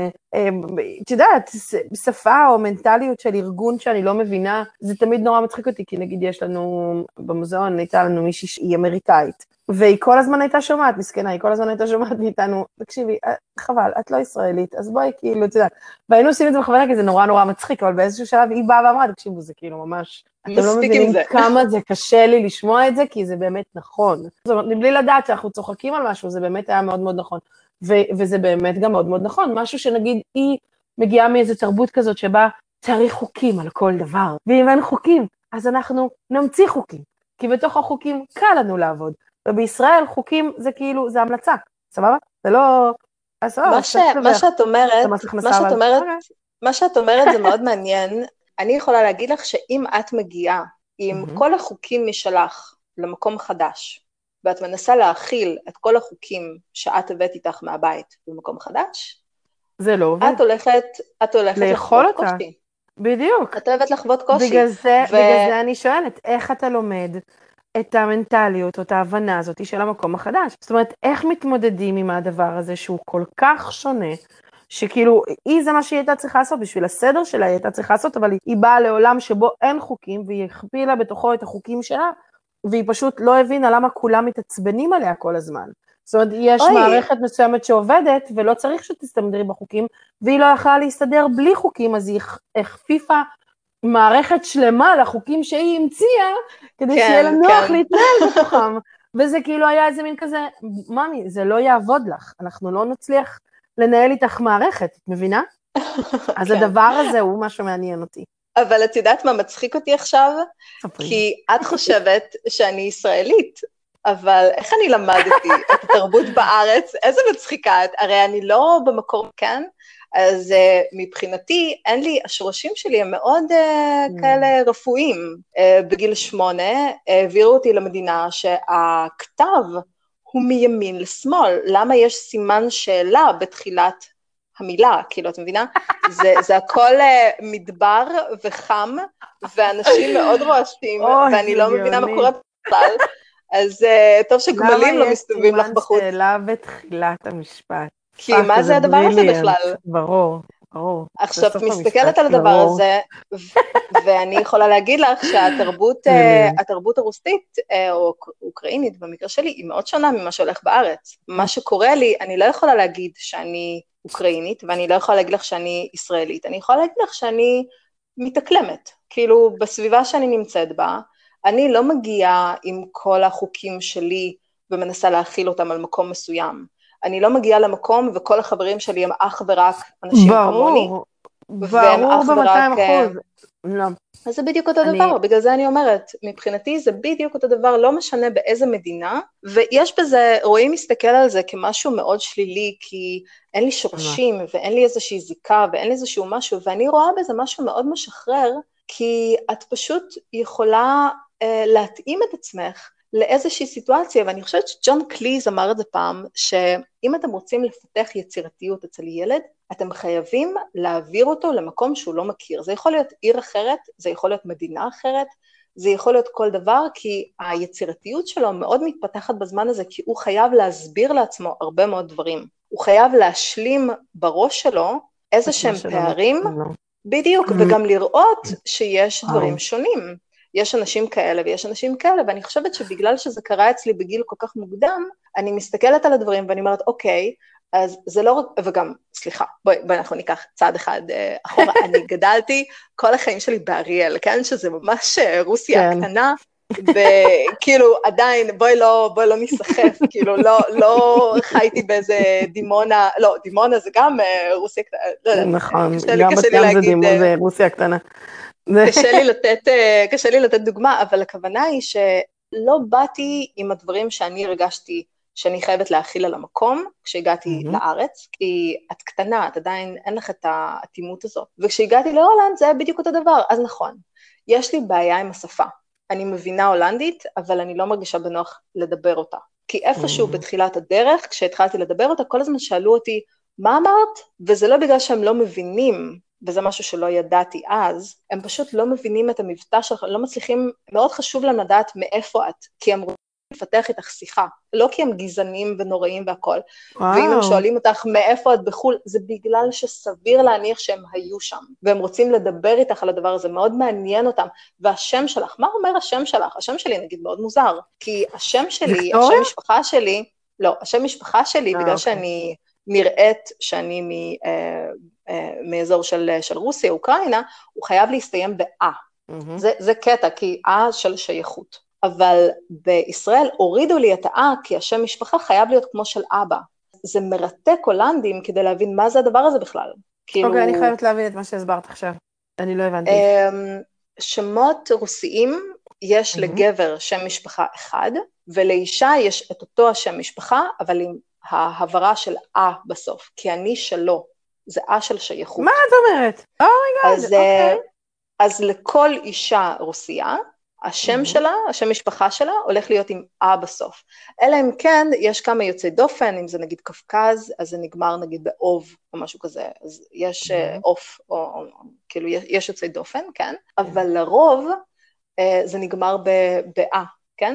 תדעת, שפה או מנטליות של ארגון שאני לא מבינה, זה תמיד נורא מצחיק אותי, כי נגיד יש לנו, במוזיאון הייתה לנו מישהי שהיא אמריקאית, והיא כל הזמן הייתה שומעת, מסכנה, היא כל הזמן הייתה שומעת מאיתנו, תקשיבי, חבל, את לא ישראלית, אז בואי כאילו, אתה יודע, והיינו עושים את זה בכוונה, כי זה נורא נורא מצחיק, אבל באיזשהו שלב היא באה ואמרה, תקשיבו, זה כאילו ממש, אתם לא מבינים כמה זה קשה לי לשמוע את זה, כי זה באמת נכון. זאת אומרת, מבלי לדעת שאנחנו צוחקים על משהו, זה באמת היה מאוד מאוד נכון, וזה באמת גם מאוד מאוד נכון, משהו שנגיד, היא מגיעה מאיזו תרבות כזאת, שבה צריך חוקים על כל דבר, ואם אין חוקים, אז אנחנו נמציא חוקים, כי בתוך החוקים קל לנו לעבוד. ובישראל חוקים זה כאילו, זה המלצה, סבבה? זה לא... מה שאת אומרת זה מאוד מעניין. אני יכולה להגיד לך שאם את מגיעה עם כל החוקים משלך למקום חדש, ואת מנסה להכיל את כל החוקים שאת הבאת איתך מהבית במקום חדש, זה לא עובד. את הולכת לאכול לחוות אותה. קושי. בדיוק. את אוהבת לחוות קושי. בגלל זה אני שואלת, איך אתה לומד את המנטליות או את ההבנה הזאת של המקום החדש? זאת אומרת, איך מתמודדים עם הדבר הזה שהוא כל כך שונה, שכאילו, זה מה שהיא הייתה צריכה לעשות, בשביל הסדר שלה היא הייתה צריכה לעשות, אבל היא באה לעולם שבו אין חוקים, והיא הכפילה בתוכו את החוקים שלה, והיא פשוט לא הבינה למה כולם מתעצבנים עליה כל הזמן. זאת אומרת, יש מערכת מסוימת שעובדת, ולא צריך שתסתדרי בחוקים, והיא לא יכלה להסתדר בלי חוקים, אז היא הכפיפה מערכת שלמה לחוקים שהיא המציאה, כדי שיהיה לה נוח להתנהל בתוכם. וזה כאילו היה איזה מין כזה, ממי, זה לא יעבוד לך, אנחנו לא נצליח לנהל איתך מערכת, את מבינה? אז הדבר הזה הוא מה שמעניין אותי. אבל את יודעת מה מצחיק אותי עכשיו? כי את חושבת שאני ישראלית, אבל איך אני למדתי את התרבות בארץ? איזה מצחיקה, הרי אני לא במקור כאן, אז מבחינתי, אין לי, השורשים שלי הם מאוד כאלה רפואיים. בגיל 8 העבירו אותי למדינה שהכתב הוא מימין לשמאל. למה יש סימן שאלה בתחילת המילה? כאילו, את מבינה? זה הכל מדבר וחם, ואנשים מאוד רועשים, ואני לא מבינה מה קורה בכלל. אז טוב שגמלים לא מסתובבים לך בחוץ. למה יש סימן שאלה בתחילת המשפט? כי מה זה הדבר הזה בכלל? ברור. עכשיו, מסתכלת על הדבר הזה, ואני יכולה להגיד לך שהתרבות הרוסית, או אוקראינית במקרה שלי, היא מאוד שונה ממה שהולך בארץ. מה שקורה לי, אני לא יכולה להגיד שאני אוקראינית, ואני לא יכולה להגיד לך שאני ישראלית, אני יכולה להגיד לך שאני מתאקלמת. כאילו, בסביבה שאני נמצאת בה, אני לא מגיעה עם כל החוקים שלי, ומנסה להכיל אותם על מקום מסוים. אני לא מגיעה למקום, וכל החברים שלי הם אך ורק אנשים כמוני. ברור ב-200%. לא. אז זה בדיוק אותו דבר, בגלל זה אני אומרת, מבחינתי זה בדיוק אותו דבר, לא משנה באיזה מדינה, ויש בזה, רואים מסתכל על זה כמשהו מאוד שלילי, כי אין לי שורשים, ואין לי איזושהי זיקה, ואין לי איזשהו משהו, ואני רואה בזה משהו מאוד משחרר, כי את פשוט יכולה להתאים את עצמך, לאיזושהי סיטואציה, ואני חושבת שג'ון קליז אמר את זה פעם, שאם אתם רוצים לפתח יצירתיות אצל ילד, אתם חייבים להעביר אותו למקום שהוא לא מכיר. זה יכול להיות עיר אחרת, זה יכול להיות מדינה אחרת, זה יכול להיות כל דבר, כי היצירתיות שלו מאוד מתפתחת בזמן הזה, כי הוא חייב להסביר לעצמו הרבה מאוד דברים. הוא חייב להשלים בראש שלו איזה שהם פערים, בדיוק, וגם לראות שיש דברים שונים. יש אנשים כאלה ויש אנשים כאלה, ואני חושבת שבגלל שזה קרה אצלי בגיל כל כך מוקדם, אני מסתכלת על הדברים ואני אומרת, אוקיי, אז זה לא רק, וגם, סליחה, בואי אנחנו ניקח צעד אחד אחורה, אני גדלתי כל החיים שלי באריאל, כן, שזה ממש רוסיה הקטנה, וכאילו עדיין, בואי לא נסחף, כאילו לא חייתי באיזה דימונה, לא, דימונה זה גם רוסיה קטנה, נכון, גם בת ים זה רוסיה קטנה. קשה לי לתת דוגמה, אבל הכוונה היא שלא באתי עם הדברים שאני הרגשתי שאני חייבת להכיל על המקום, כשהגעתי לארץ, כי את קטנה, את עדיין אין לך את האטימות הזאת, וכשהגעתי להולנד זה היה בדיוק אותו דבר, אז נכון, יש לי בעיה עם השפה, אני מבינה הולנדית, אבל אני לא מרגישה בנוח לדבר אותה, כי איפשהו בתחילת הדרך, כשהתחלתי לדבר אותה, כל הזמן שאלו אותי, מה אמרת? וזה לא בגלל שהם לא מבינים, וזה משהו שלא ידעתי אז, הם פשוט לא מבינים את המבטא שלך, לא מצליחים, מאוד חשוב להם לדעת מאיפה את, כי הם רוצים לפתח איתך שיחה, לא כי הם גזענים ונוראים והכל, ואם הם שואלים אותך מאיפה את בחול, זה בגלל שסביר להניח שהם היו שם, והם רוצים לדבר איתך על הדבר הזה, מאוד מעניין אותם, והשם שלך, מה אומר השם שלך? השם שלי נגיד מאוד מוזר, כי השם שלי, השם משפחה שלי, לא, השם משפחה שלי, בגלל שאני נראית שאני מאזור של רוסיה, אוקראינה, הוא חייב להסתיים באה. זה קטע, כי של שייכות. אבל בישראל הורידו לי את האה, כי השם משפחה חייב להיות כמו של אבא. זה מרתק הולנדים כדי להבין מה זה הדבר הזה בכלל. אוקיי, אני חייבת להבין את מה שהסברת עכשיו. אני לא הבנתי. שמות רוסיים יש לגבר שם משפחה אחד, ולאישה יש את אותו השם משפחה, אבל עם ההעברה של בסוף, כי אני שלו, זה של שייכות. מה את אומרת? אוקיי. אז לכל אישה רוסייה, השם שלה, השם משפחה שלה, הולך להיות עם בסוף. אלא אם כן, יש כמה יוצאי דופן, אם זה נגיד קפקז, אז זה נגמר נגיד באוב, או משהו כזה, אז יש אוף, או כאילו יש יוצאי דופן, כן? אבל לרוב, זה נגמר כן?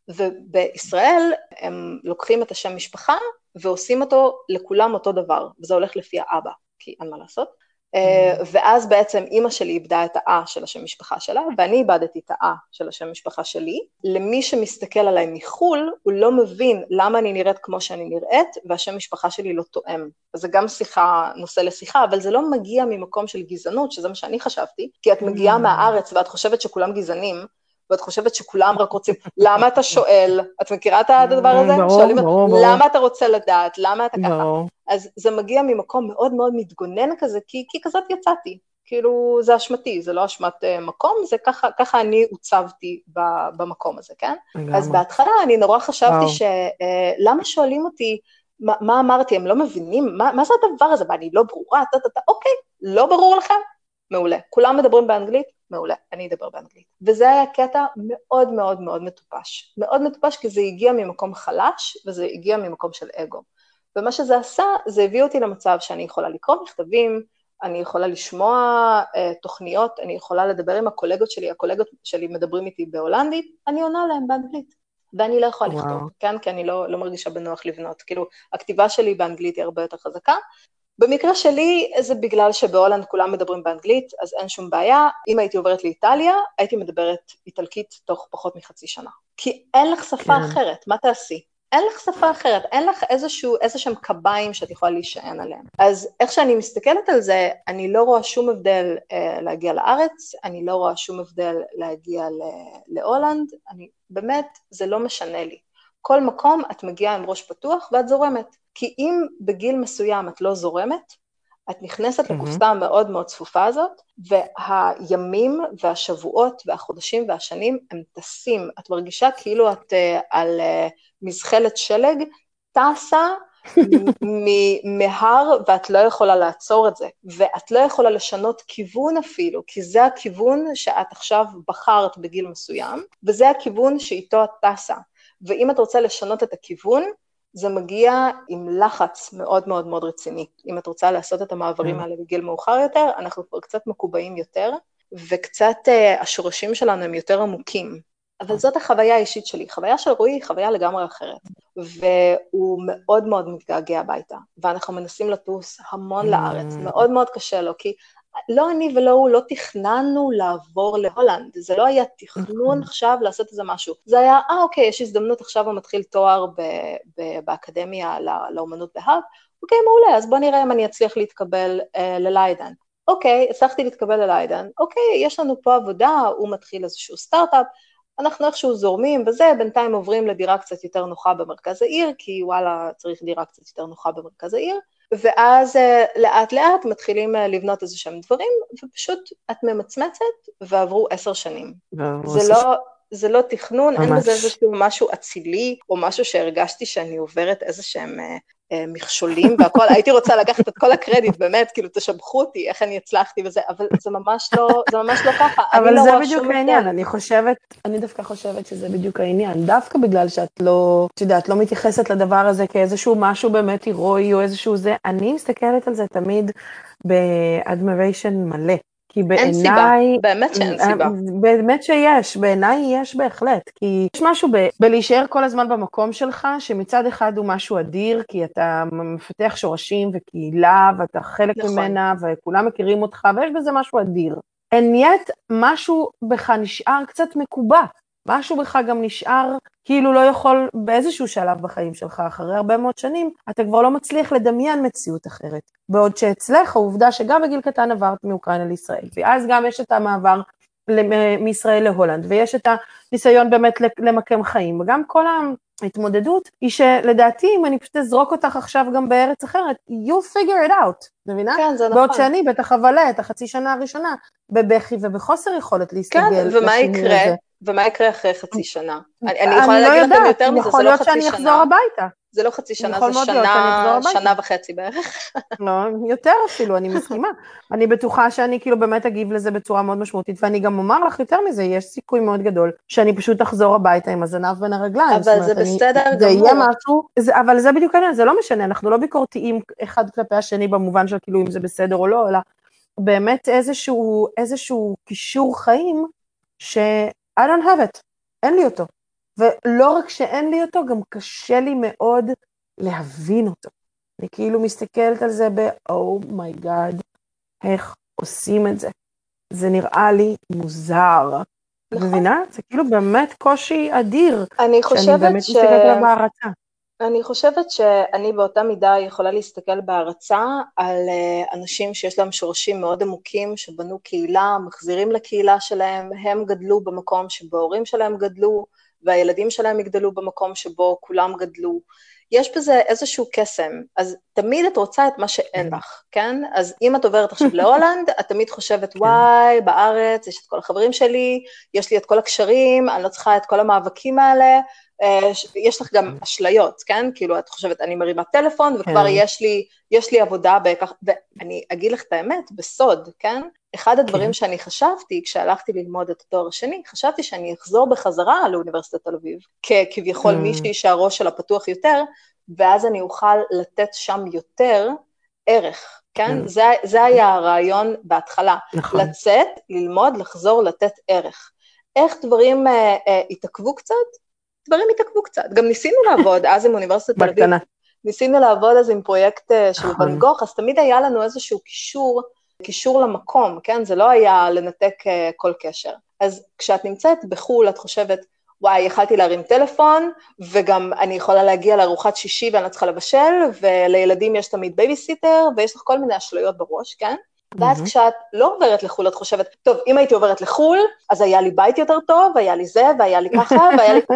ובישראל הם לוקחים את השם משפחה ועושים אותו לכולם אותו דבר, וזה הולך לפי האבא, כי אין מה לעשות. ואז בעצם אמא שלי איבדה את של השם משפחה שלה, ואני איבדתי את של השם משפחה שלי. למי שמסתכל עליי מחול, הוא לא מבין למה אני נראית כמו שאני נראית, והשם משפחה שלי לא תואם. אז זה גם נושא לשיחה, אבל זה לא מגיע ממקום של גזענות, שזה מה שאני חשבתי, כי את מגיעה מהארץ ואת חושבת שכולם גזענים, ואת חושבת שכולם רק רוצים, למה אתה שואל? את מכירה את הדבר הזה? ברור. למה אתה רוצה לדעת? למה אתה ככה? אז זה מגיע ממקום מאוד מאוד מתגונן כזה, כי כזאת יצאתי. כאילו, זה אשמתי, זה לא אשמת מקום, זה ככה אני הוצבתי במקום הזה, כן? אז בהתחלה אני נורא חשבתי למה שואלים אותי, מה אמרתי, הם לא מבינים, מה זה הדבר הזה? ואני לא ברורה, אוקיי, לא ברור לכם? מעולה. כולם מדברים באנגלית? מעולה, אני אדבר באנגלית. וזה היה קטע מאוד מאוד מאוד מטופש. מאוד מטופש כי זה הגיע ממקום חלש, וזה הגיע ממקום של אגו. ומה שזה עשה, זה הביא אותי למצב שאני יכולה לקרוא מכתבים, אני יכולה לשמוע תוכניות, אני יכולה לדבר עם הקולגות שלי מדברים איתי בהולנדית, אני עונה להם באנגלית. ואני לא יכולה לכתוב, כן? כי אני לא מרגישה בנוח לבנות. כאילו, הכתיבה שלי באנגלית היא הרבה יותר חזקה, במקרה שלי זה בגלל שבהולנד כולם מדברים באנגלית, אז אין שום בעיה. אם הייתי עוברת לאיטליה, הייתי מדברת איטלקית תוך פחות מחצי שנה. כי אין לך שפה אחרת, מה תעשי? אין לך שפה אחרת, אין לך איזשהם קביים שאת יכולה להישען עליהם. אז איך שאני מסתכלת על זה, אני לא רואה שום הבדל להגיע לארץ, אני לא רואה שום הבדל להגיע להולנד, באמת זה לא משנה לי. כל מקום את מגיעה עם ראש פתוח ואת זורמת. כי אם בגיל מסוים את לא זורמת, את נכנסת לקופסה המאוד מאוד צפופה הזאת, והימים והשבועות והחודשים והשנים הם טסים. את מרגישה כאילו את על מזחלת שלג, טסה מהר ואת לא יכולה לעצור את זה, ואת לא יכולה לשנות כיוון אפילו, כי זה הכיוון שאת עכשיו בחרת בגיל מסוים, וזה הכיוון שאיתו את טסה. ואם את רוצה לשנות את הכיוון, זה מגיע עם לחץ מאוד מאוד מאוד רציני. אם את רוצה לעשות את המעברים האלה בגיל מאוחר יותר, אנחנו כבר קצת מקובעים יותר, וקצת השורשים שלנו הם יותר עמוקים. אבל זאת החוויה האישית שלי. חוויה של רועי היא חוויה לגמרי אחרת. והוא מאוד מאוד מתגעגע הביתה, ואנחנו מנסים לטוס המון לארץ, מאוד מאוד קשה לו, כי לא אני ולא הוא לא תכננו לעבור להולנד, זה לא היה תכנון עכשיו לעשות איזה משהו, זה היה, אוקיי, יש הזדמנות, עכשיו הוא מתחיל תואר באקדמיה לאומנות בהאג, אוקיי, מעולה, אז בוא נראה אם אני אצליח להתקבל לליידן. אוקיי, הצלחתי להתקבל לליידן, אוקיי, יש לנו פה עבודה, הוא מתחיל איזשהו סטארט-אפ, אנחנו איכשהו זורמים וזה, בינתיים עוברים לדירה קצת יותר נוחה במרכז העיר, כי וואלה, צריך דירה קצת יותר נוחה במרכז העיר, ואז לאט לאט מתחילים לבנות איזה שהם דברים, ופשוט את ממצמצת ועברו 10 שנים. זה לא תכנון, אין בזה איזשהו משהו אצילי, או משהו שהרגשתי שאני עוברת איזה שהם מכשולים והכל, הייתי רוצה לקחת את כל הקרדיט, באמת, כאילו תשבחו אותי, איך אני הצלחתי וזה, אבל זה ממש לא ככה. אבל זה בדיוק העניין, אני דווקא חושבת שזה בדיוק העניין, דווקא בגלל שאת לא, את יודעת, לא מתייחסת לדבר הזה כאיזשהו משהו באמת הירואי, או איזשהו זה, אני מסתכלת על זה תמיד באדמיריישן מלא. כי אין סיבה, באמת שאין סיבה. באמת שיש, בעיניי יש בהחלט, כי יש משהו בלהישאר כל הזמן במקום שלך, שמצד אחד הוא משהו אדיר, כי אתה מפתח שורשים וקהילה, ואתה חלק ממנה, וכולם מכירים אותך, ויש בזה משהו אדיר. יet, משהו בך נשאר קצת מקובע, משהו בך גם נשאר, כאילו לא יכול באיזשהו שלב בחיים שלך, אחרי הרבה מאוד שנים, אתה כבר לא מצליח לדמיין מציאות אחרת. בעוד שאצלך, העובדה שגם בגיל קטן עברת מאוקראינה לישראל, ואז גם יש את המעבר מישראל להולנד, ויש את הניסיון באמת למקם חיים, וגם כל ההתמודדות היא שלדעתי, אם אני פשוט אזרוק אותך עכשיו גם בארץ אחרת, you figure it out, מבינה? כן, זה נכון. בעוד שאני בטח אבלה את החצי שנה הראשונה, בבכי ובחוסר יכולת להסתגל. כן, ומה יקרה אחרי חצי שנה? אני יכולה להגיד לכם יותר מזה, זה לא חצי שנה. יכול להיות שאני אחזור הביתה. זה לא חצי שנה, זה שנה וחצי בערך. לא, יותר אפילו, אני מסכימה. אני בטוחה שאני כאילו באמת אגיב לזה בצורה מאוד משמעותית, ואני גם אומר לך יותר מזה, יש סיכוי מאוד גדול שאני פשוט אחזור הביתה עם הזנב בין הרגליים. אבל זה בסדר גמור. זה יהיה משהו, אבל זה בדיוק העניין, זה לא משנה, אנחנו לא ביקורתיים אחד כלפי השני במובן של כאילו אם זה בסדר או לא, אלא באמת איזשהו קישור חיים ש I don't have it, אין לי אותו. ולא רק שאין לי אותו, גם קשה לי מאוד להבין אותו. אני כאילו מסתכלת על זה oh my God, איך עושים את זה? זה נראה לי מוזר. את מבינה? זה כאילו באמת קושי אדיר. אני חושבת באמת מסתכלת עליו בהערצה. אני חושבת שאני באותה מידה יכולה להסתכל בהערצה על אנשים שיש להם שורשים מאוד עמוקים, שבנו קהילה, מחזירים לקהילה שלהם, הם גדלו במקום שבו ההורים שלהם גדלו, והילדים שלהם יגדלו במקום שבו כולם גדלו. יש בזה איזשהו קסם, אז תמיד את רוצה את מה שאין לך, כן? אז אם את עוברת עכשיו להולנד, את תמיד חושבת, וואי, בארץ, יש את כל החברים שלי, יש לי את כל הקשרים, אני לא צריכה את כל המאבקים האלה, יש לך גם אשליות, כן? כאילו את חושבת, אני מרימה טלפון, וכבר יש לי עבודה בכך, ואני אגיד לך את האמת, בסוד, כן? אחד הדברים שאני חשבתי, כשהלכתי ללמוד את התואר השני, חשבתי שאני אחזור בחזרה לאוניברסיטת תל אביב, כביכול מישהי שהראש שלה פתוח יותר, ואז אני אוכל לתת שם יותר ערך, כן? זה היה הרעיון בהתחלה, לצאת, ללמוד, לחזור, לתת ערך. איך דברים התעכבו קצת? דברים התעכבו קצת. גם ניסינו לעבוד אז עם אוניברסיטת תל אביב, ניסינו לעבוד אז עם פרויקט של ואן גוך, אז תמיד היה לנו איזשהו קישור למקום, כן? זה לא היה לנתק כל קשר. אז כשאת נמצאת בחול, את חושבת, וואי, יכלתי להרים טלפון, וגם אני יכולה להגיע לארוחת שישי ואני צריכה לבשל, ולילדים יש תמיד בייביסיטר, ויש לך כל מיני אשליות בראש, כן? ואז כשאת לא עוברת לחול, את חושבת, טוב, אם הייתי עוברת לחול, אז היה לי בית יותר טוב, היה לי זה, והיה לי ככה,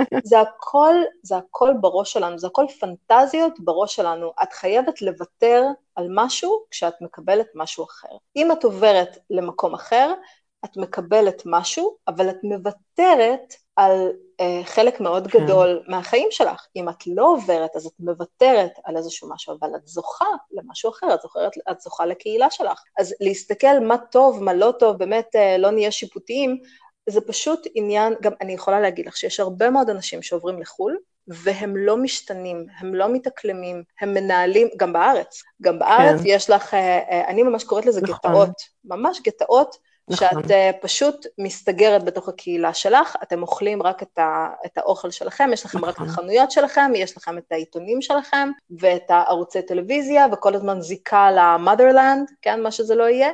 זה הכל בראש שלנו, זה הכל פנטזיות בראש שלנו. את חייבת לוותר על משהו כשאת מקבלת משהו אחר. אם את עוברת למקום אחר, את מקבלת משהו, אבל את מוותרת על חלק מאוד גדול מהחיים שלך. אם את לא עוברת, אז את מוותרת על איזשהו משהו, אבל את זוכה למשהו אחר, את זוכה לקהילה שלך. אז להסתכל מה טוב, מה לא טוב, באמת לא נהיה שיפוטיים, זה פשוט עניין, גם אני יכולה להגיד לך שיש הרבה מאוד אנשים שעוברים לחול, והם לא משתנים, הם לא מתאקלמים, הם מנהלים, גם בארץ יש לך, אני ממש קוראת לזה גטאות, ממש גטאות, שאת פשוט מסתגרת בתוך הקהילה שלך, אתם אוכלים רק את האוכל שלכם, יש לכם רק את החנויות שלכם, יש לכם את העיתונים שלכם, ואת הערוצי טלוויזיה, וכל הזמן זיקה ל-motherland, כן, מה שזה לא יהיה,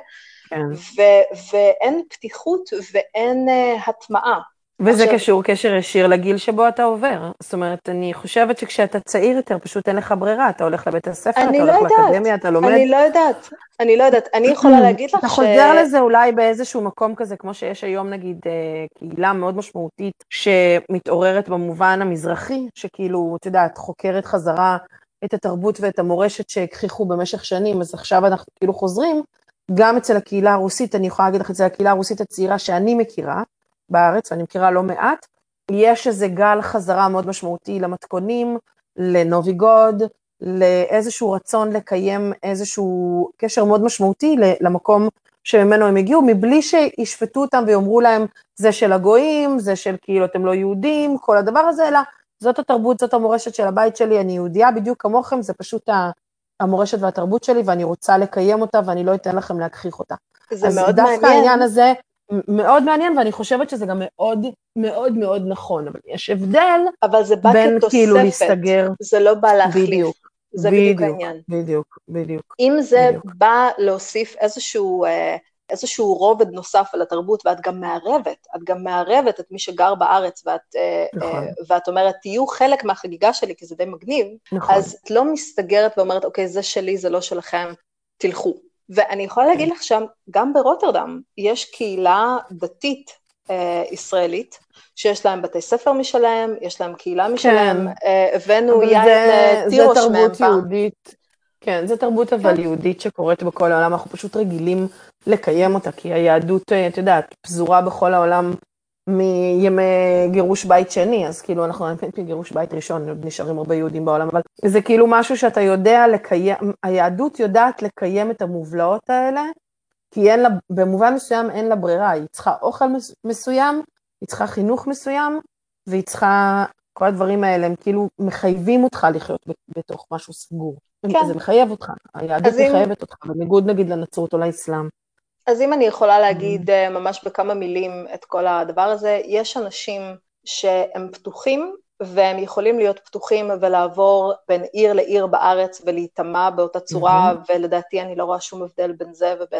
ואין פתיחות ואין הטמעה. וזה קשור קשר ישיר לגיל שבו אתה עובר. זאת אומרת, אני חושבת שכשאתה צעיר יותר, פשוט אין לך ברירה, אתה הולך לבית הספר, אתה הולך לאקדמיה, אתה לומד. אני לא יודעת, אני יכולה להגיד לך אתה חוזר לזה אולי באיזשהו מקום כזה, כמו שיש היום נגיד קהילה מאוד משמעותית, שמתעוררת במובן המזרחי, שכאילו, אתה יודעת, חוקרת חזרה את התרבות ואת המורשת שהכחיכו במשך שנים, אז עכשיו אנחנו כאילו חוזרים, גם אצל הקהילה הרוסית, אני יכולה להגיד לך אצל הקהילה הרוסית הצעירה שאני מכירה, בארץ, ואני מכירה לא מעט, יש איזה גל חזרה מאוד משמעותי למתכונים, לנוביגוד, לאיזשהו רצון לקיים איזשהו קשר מאוד משמעותי למקום שממנו הם הגיעו, מבלי שישפטו אותם ויאמרו להם, זה של הגויים, זה של כאילו אתם לא יהודים, כל הדבר הזה, אלא זאת התרבות, זאת המורשת של הבית שלי, אני יהודייה בדיוק כמוכם, זה פשוט המורשת והתרבות שלי, ואני רוצה לקיים אותה, ואני לא אתן לכם להכחיך אותה. זה מאוד מעניין. אז דווקא העניין הזה, מאוד מעניין, ואני חושבת שזה גם מאוד מאוד מאוד נכון, אבל יש הבדל אבל זה בא בין כתוספת, כאילו להסתגר. זה לא בא להחליף. בדיוק, זה בדיוק העניין. בדיוק. אם זה בא להוסיף איזשהו רובד נוסף על התרבות, ואת גם מערבת את מי שגר בארץ, ואת אומרת, תהיו חלק מהחגיגה שלי, כי זה די מגניב, אז את לא מסתגרת ואומרת, אוקיי, זה שלי, זה לא שלכם, תלכו. ואני יכולה להגיד לך שם, גם ברוטרדם, יש קהילה דתית ישראלית, שיש להם בתי ספר משלהם, יש להם קהילה משלהם, הבאנו יין תירוש מהם פעם. כן, זו תרבות אבל יהודית שקורית בכל העולם, אנחנו פשוט רגילים לקיים אותה, כי היהדות, את יודעת, פזורה בכל העולם מימי גירוש בית שני, אז כאילו אנחנו גירוש בית ראשון, נשארים הרבה יהודים בעולם, אבל זה כאילו משהו שאתה יודע לקיים, היהדות יודעת לקיים את המובלעות האלה, כי אין לה, במובן מסוים אין לה ברירה, היא צריכה אוכל מסוים, היא צריכה חינוך מסוים, והיא צריכה, כל הדברים האלה, הם כאילו מחייבים אותך לחיות בתוך משהו סגור. כן. זה מחייב אותך, היהדות מחייבת אותך, בניגוד נגיד לנצרות או לאסלאם. אז אם אני יכולה להגיד ממש בכמה מילים את כל הדבר הזה, יש אנשים שהם פתוחים, והם יכולים להיות פתוחים ולעבור בין עיר לעיר בארץ, ולהיטמע באותה צורה, ולדעתי אני לא רואה שום הבדל בין זה, ובין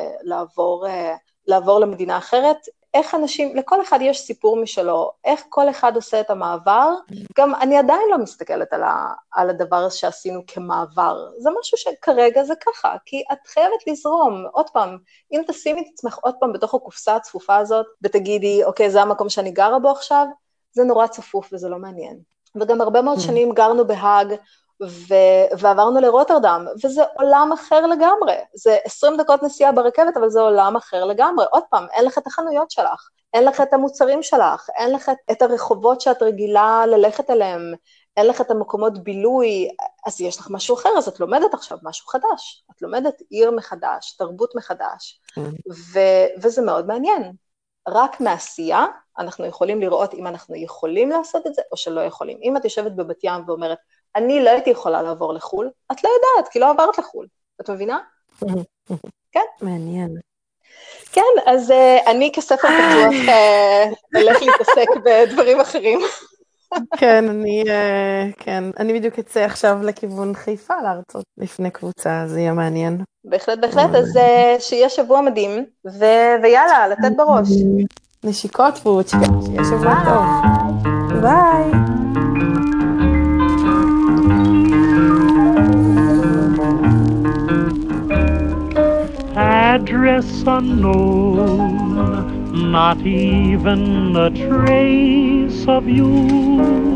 לעבור למדינה אחרת. איך אנשים, לכל אחד יש סיפור משלו, איך כל אחד עושה את המעבר, גם אני עדיין לא מסתכלת על הדבר שעשינו כמעבר, זה משהו שכרגע זה ככה, כי את חייבת לזרום, עוד פעם, אם תשימי את עצמך עוד פעם בתוך הקופסה הצפופה הזאת, ותגידי, אוקיי, זה המקום שאני גרה בו עכשיו, זה נורא צפוף וזה לא מעניין. וגם הרבה מאוד שנים גרנו בהאג, ועברנו לרוטרדם, וזה עולם אחר לגמרי, זה 20 דקות נסיעה ברכבת, אבל זה עולם אחר לגמרי, עוד פעם, אין לך את החנויות שלך, אין לך את המוצרים שלך, אין לך את הרחובות שאת רגילה ללכת אליהם, אין לך את המקומות בילוי, אז יש לך משהו אחר, אז את לומדת עכשיו משהו חדש, את לומדת עיר מחדש, תרבות מחדש, וזה מאוד מעניין, רק מעשייה, אנחנו יכולים לראות אם אנחנו יכולים לעשות את זה, או שלא יכולים. אם את יושבת בבת ים ואומרת, אני לא הייתי יכולה לעבור לחול, את לא יודעת, כי לא עברת לחול. את מבינה? כן? מעניין. כן, אז אני כספר פתוח הולך להתעסק בדברים אחרים. כן, אני בדיוק אצא עכשיו לכיוון חיפה לארצות לפני קבוצה, זה יהיה מעניין. בהחלט, אז שיהיה שבוע מדהים, ויאללה, לתת בראש. נשיקות פוצ'קה, שיהיה שבוע טוב. ביי. Address unknown, not even a trace of you.